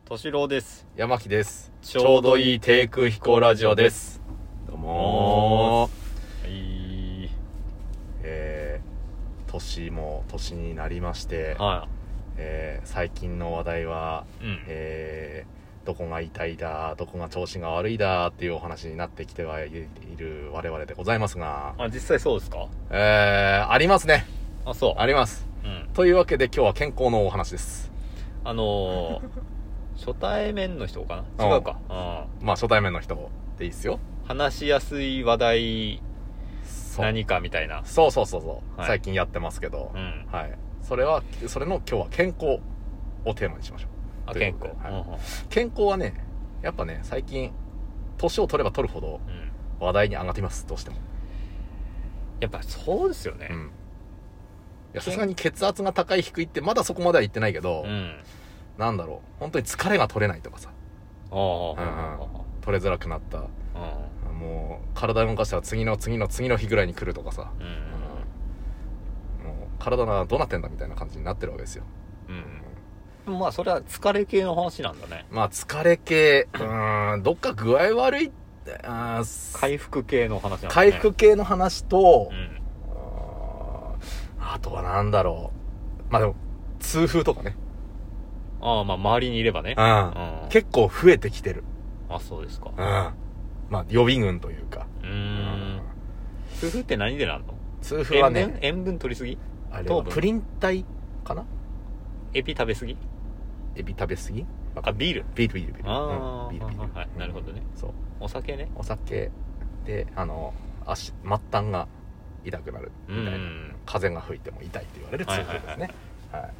敏郎です。 山木です。 ちょうどいい低空飛行ラジオです。 どうもー。 年も年になりまして、 は最近の話題は、どこが痛いだ、どこが調子が悪いだっていうお話になってきてはいる我々でございますが、 実際そうですか？ ありますね。 そう。 あります。 うん。 というわけで今日は健康のお話です。 初対面の人かな？違うか。 まあ初対面の人でいいっすよ。 話しやすい話題何かみたいな。 そう、はい、最近やってますけど、はい。それの今日は健康をテーマにしましょう。 健康、 はい。健康はね、やっぱね、最近年を取れば取るほど話題に上がっています。どうしても。 やっぱそうですよね。 さすがに血圧が高い低いってまだそこまでは言ってないけど、なんだろう、本当に疲れが取れないとかさ、取れづらくなった、もう体動かしたら次の日ぐらいに来るとかさ、もう体がどうなってんだみたいな感じになってるわけですよ。 でもまあそれは疲れ系の話なんだね。 まあ疲れ系、どっか具合悪い、 回復系の話なんだね。 回復系の話と、あとはなんだろう、まあでも痛風とかね。 まあ周りにいればね。 結構増えてきてる。 そうですか。 まあ予備軍というか。 痛風って何でなんの？ 痛風はね、 塩分取りすぎ？ あれはプリン体かな？ エビ食べすぎ？ エビ食べすぎ？ ビール。 ビール。 はい、なるほどね。 そう。 お酒ね。 お酒で、末端が痛くなるみたいな。風が吹いても痛いって言われる痛風ですね。はい。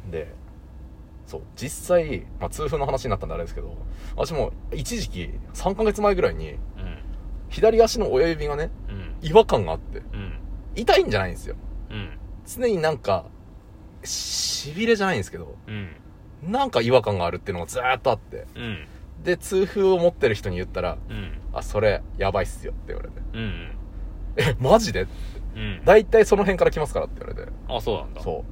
で、そう、実際、まあ痛風の話になったんであれですけど、私も一時期3ヶ月前ぐらいに、左足の親指がね、違和感があって、痛いんじゃないんですよ。常になんか、痺れじゃないんですけど、なんか違和感があるっていうのがずーっとあって、で、痛風を持ってる人に言ったら、それ、やばいっすよって言われて、マジでって、大体その辺から来ますからって言われて。 そうなんだ。 そう。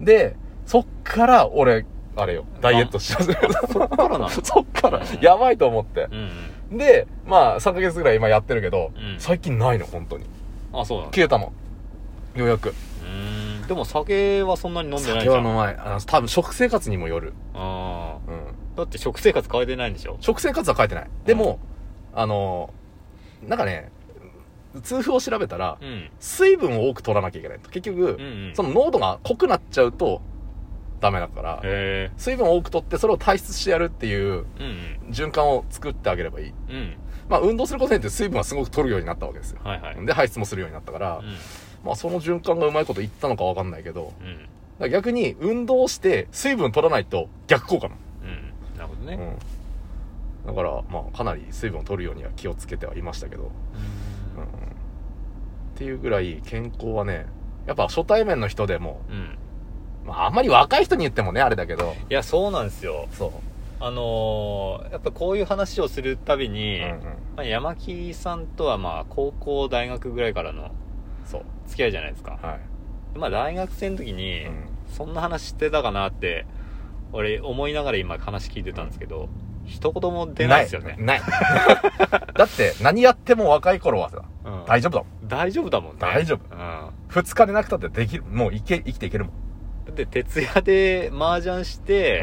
で、そっから俺、あれよ、ダイエットし始めた。 そっからなの？ そっから、やばいと思って。で、まあ、3ヶ月ぐらい今やってるけど、最近ないの、本当に。 そうなの？ 消えたの。ようやく。 でも酒はそんなに飲んでないじゃん。 酒は飲まない。多分食生活にもよる。 だって食生活変えてないんでしょ？ 食生活は変えてない。でも、なんかね、痛風を調べたら、水分を多く取らなきゃいけないと。結局、その濃度が濃くなっちゃうと、ダメだから、水分を多く取ってそれを排出してやるっていう循環を作ってあげればいい。まあ運動することによって水分はすごく取るようになったわけですよ。で排出もするようになったから、まあその循環がうまいこといったのかわかんないけど、逆に運動して水分取らないと逆効果なの。 なるほどね。 だからまあかなり水分を取るようには気をつけてはいましたけど、っていうぐらい健康はね、やっぱ初対面の人でも、まああんまり若い人に言ってもねあれだけど、 いやそうなんですよ。 そうやっぱこういう話をするたびに、山木さんとはまあ高校大学ぐらいからの付き合いじゃないですか。まあ大学生の時に、そんな話してたかなって俺思いながら今話聞いてたんですけど、一言も出ないですよね。 ないだって何やっても若い頃はさ、大丈夫だもん。 大丈夫だもんね。 大丈夫。2日でなくたってできる。もう生きていけるもん。 だって徹夜で麻雀して、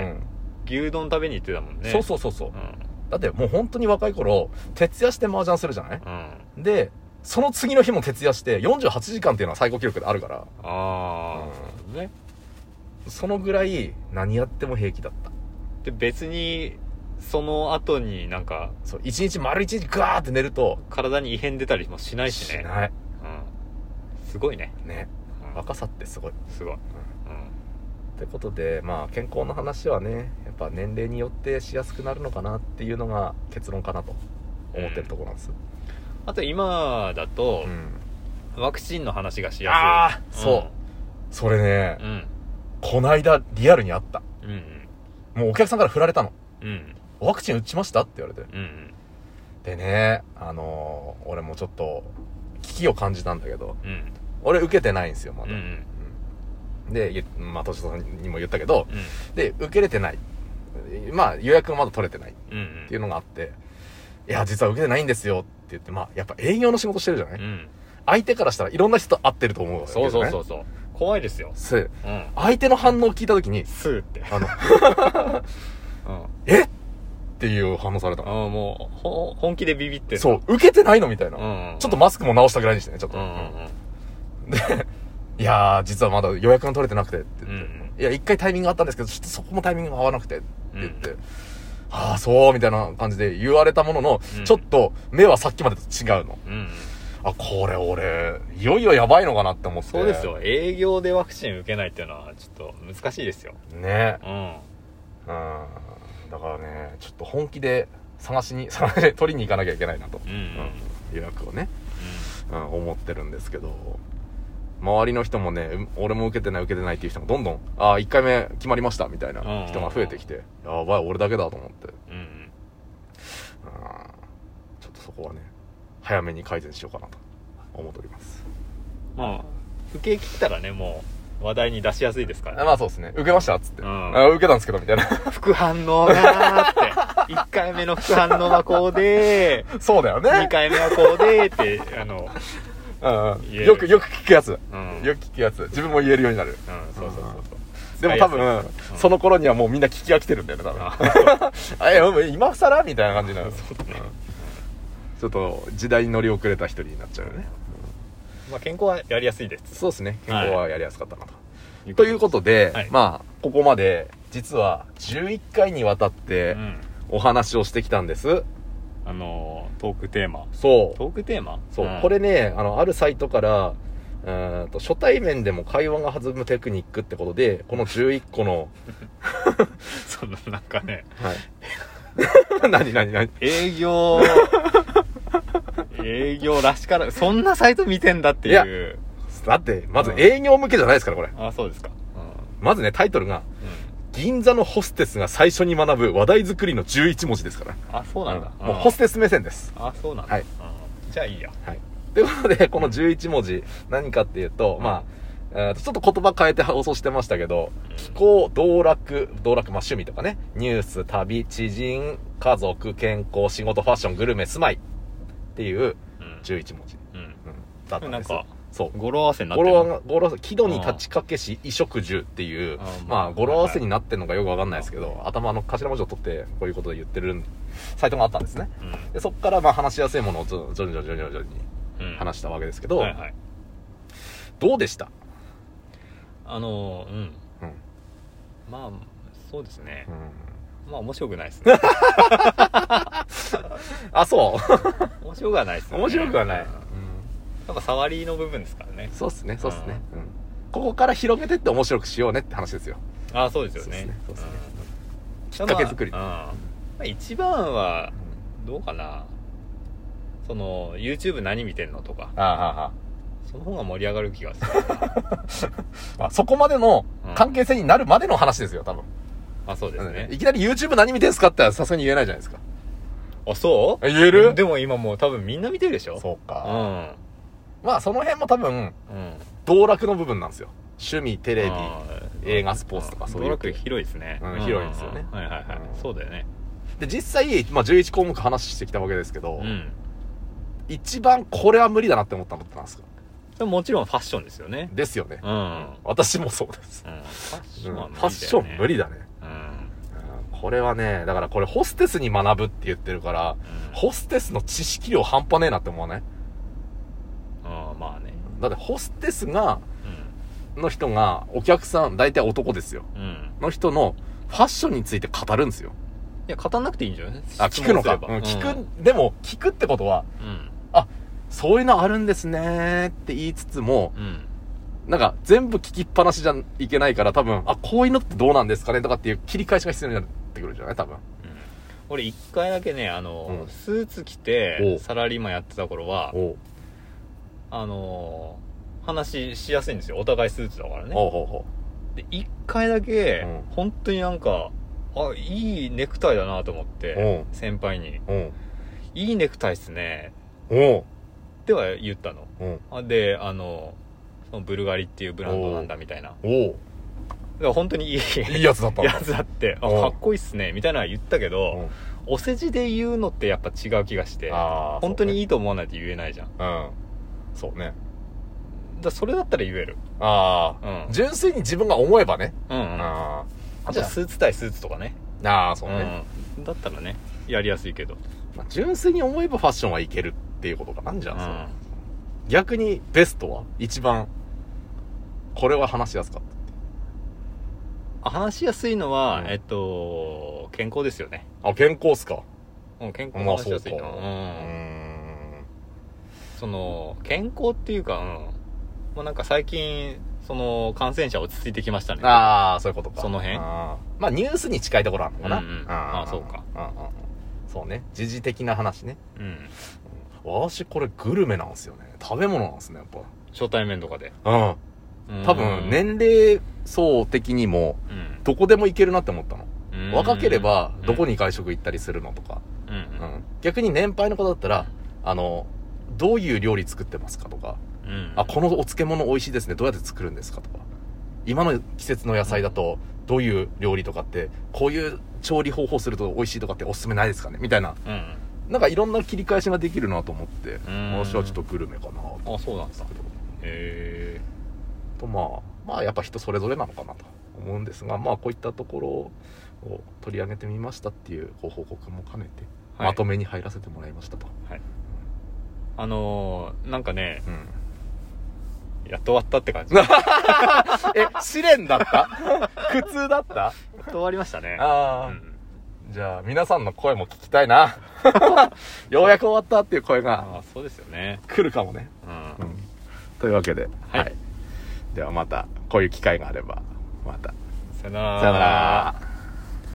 牛丼食べに行ってたもんね。 そう。だってもう本当に若い頃徹夜して麻雀するじゃない。でその次の日も徹夜して48時間っていうのは最高記録であるから。 ね。 そのぐらい何やっても平気だった。 で別にその後になんか丸一日ガーって寝ると体に異変出たりもしないしね。 しない。 すごいね。 若さってすごい。ってことで、まあ健康の話はね、やっぱ年齢によってしやすくなるのかなっていうのが結論かなと思ってるところなんです。 あと今だと、ワクチンの話がしやすい。 そう。それね、こないだリアルにあった。もうお客さんから振られたの。ワクチン打ちましたって言われて。でね、俺もちょっと危機を感じたんだけど、俺受けてないんですよ、まだ。で、まあ、としさんにも言ったけど、で、受けれてない。 まあ予約がまだ取れてないっていうのがあって、いや実は受けてないんですよって言って、まあやっぱ営業の仕事してるじゃない、相手からしたらいろんな人と会ってると思うわけですよね。 そう怖いですよ。 相手の反応を聞いた時にスーってえっていう反応された。 もう本気でビビってる。 そう、受けてないのみたいな、ちょっとマスクも直したぐらいにしてね、ちょっと、で、いやー実はまだ予約が取れてなくてって言って、いや一回タイミングがあったんですけどちょっとそこもタイミングが合わなくてって言って、ああそうみたいな感じで言われたものの、ちょっと目はさっきまでと違うの、あ、これ俺いよいよやばいのかなって思って。 そうですよ、営業でワクチン受けないっていうのはちょっと難しいですよね。だからねちょっと本気で探しに取りに行かなきゃいけないなと、予約をね、思ってるんですけど、周りの人もね、俺も受けてないっていう人がどんどん1回目決まりましたみたいな人が増えてきて、やばい俺だけだと思って、ちょっとそこはね早めに改善しようかなと思っております。 まあ受け切ったらねもう話題に出しやすいですからね。 まあそうですね、受けましたっつって、受けたんですけどみたいな副反応がーって1回目の副反応はこうでそうだよね、 2回目はこうでってよく聞くやつ、よく聞くやつ、自分も言えるようになる。そうでも多分、その頃にはもうみんな聞き飽きてるんだよね多分今更みたいな感じになる。ちょっと時代に乗り遅れた一人になっちゃうよね。 まあ健康はやりやすいです。 そうですね、健康はやりやすかったなと、ということで、まあここまで実は11回にわたってお話をしてきたんです。 トークテーマ。 そう。 トークテーマ？ そう。これね、あるサイトから、初対面でも会話が弾むテクニックってことで、この11個のそのなんかね、 何営業らしから、そんなサイト見てんだっていう。 だって、まず営業向けじゃないですから、これ。 そうですか。 まずね、タイトルが、銀座のホステスが最初に学ぶ話題作りの11文字ですから。 そうなんだ。 もうホステス目線です。 そうなんだ。はい。じゃあいいや。 はい。ということで、この11文字、何かっていうと、まあ、ちょっと言葉変えて放送してましたけど、気候、道楽、まあ趣味とかね、ニュース、旅、知人、家族、健康、仕事、ファッション、グルメ、住まいっていう11文字。だったんです。そう。 語呂合わせになってる。 語呂合わせ、木戸に立ちかけし、衣食住っていう、まあ、語呂合わせになってるのかよくわかんないですけど、頭の頭文字を取って、こういうことで言ってるサイトがあったんですね。でそこから、まあ、話しやすいものを徐々に話したわけですけど、どうでした？ まあ、そうですね。まあ、面白くないですね。 そう面白くはないですね。 面白くはない。 やっぱ触りの部分ですからね。 そうっすね。ここから広げてって面白くしようねって話ですよ。 そうですよね。 きっかけ作り。 一番は、どうかな。YouTube 何見てんのとか。その方が盛り上がる気がする。 そこまでの関係性になるまでの話ですよ、多分。 そうですね。 いきなり YouTube 何見てんすかってさすがに言えないじゃないですか。 そう？ 言える？ でも今もう多分みんな見てるでしょ？ そうか。まあその辺も多分、道楽の部分なんですよ。趣味、テレビ、映画、スポーツとかそういう。 道楽広いですね。 広いですよね。 そうだよね。 で、実際、まあ11項目話してきたわけですけど、一番これは無理だなって思ったのってなんですか？ でももちろんファッションですよね。 ですよね。私もそうです。ファッション無理だね。これはね、だからこれホステスに学ぶって言ってるから、ホステスの知識量半端ねえなって思わない？ まあね。 だってホステスが、の人が、お客さん、大体男ですよ。の人のファッションについて語るんですよ。 いや、語らなくていいんじゃない？ 聞くのか。でも、聞くってことは、そういうのあるんですねって言いつつも、なんか全部聞きっぱなしじゃいけないから多分、こういうのってどうなんですかねとかっていう切り返しが必要になってくるじゃない多分。 俺一回だけね、スーツ着て、サラリーマンやってた頃は、話しやすいんですよ。お互いスーツだからね。で、一回だけ、本当になんか、いいネクタイだなと思って、先輩に。いいネクタイっすね。っては言ったの。で、そのブルガリっていうブランドなんだみたいな。 から本当にいいやつだったんだ。 やつだって、かっこいいっすねみたいなのは言ったけど、お世辞で言うのってやっぱ違う気がして、本当にいいと思わないと言えないじゃん。 そうね。 それだったら言える。 純粋に自分が思えばね。 じゃあスーツ対スーツとかね。 そうね。 だったらね、やりやすいけど。 純粋に思えばファッションはいけるっていうことかなんじゃん。逆にベストは一番、これは話しやすかった。 話しやすいのは、健康ですよね。 健康っすか。 健康話しやすいな。健康っていうか、もうなんか最近、感染者落ち着いてきましたね。 そういうことか。 その辺。 ニュースに近いところあるのかな。 そうか。 そうね。時事的な話ね。私これグルメなんですよね。食べ物なんですね、やっぱ。 初対面とかで。 多分、年齢層的にも、どこでも行けるなって思ったの。若ければ、どこに外食行ったりするのとか。逆に年配の方だったら、どういう料理作ってますかとか、このお漬物美味しいですね、どうやって作るんですかとか、今の季節の野菜だとどういう料理とかって、こういう調理方法すると美味しいとかっておすすめないですかねみたいな、なんかいろんな切り返しができるなと思って、私はちょっとグルメかなと。 そうなんですけど。 とやっぱ人それぞれなのかなと思うんですが、こういったところを取り上げてみましたっていうご報告も兼ねて、まとめに入らせてもらいましたと。 なんかね、やっと終わったって感じ。 試練だった苦痛だった。 やっと終わりましたね。 じゃあ皆さんの声も聞きたいな。ようやく終わったっていう声がそうですよね。 来るかもね。というわけで、ではまたこういう機会があればまた。 さよなら。 さよなら。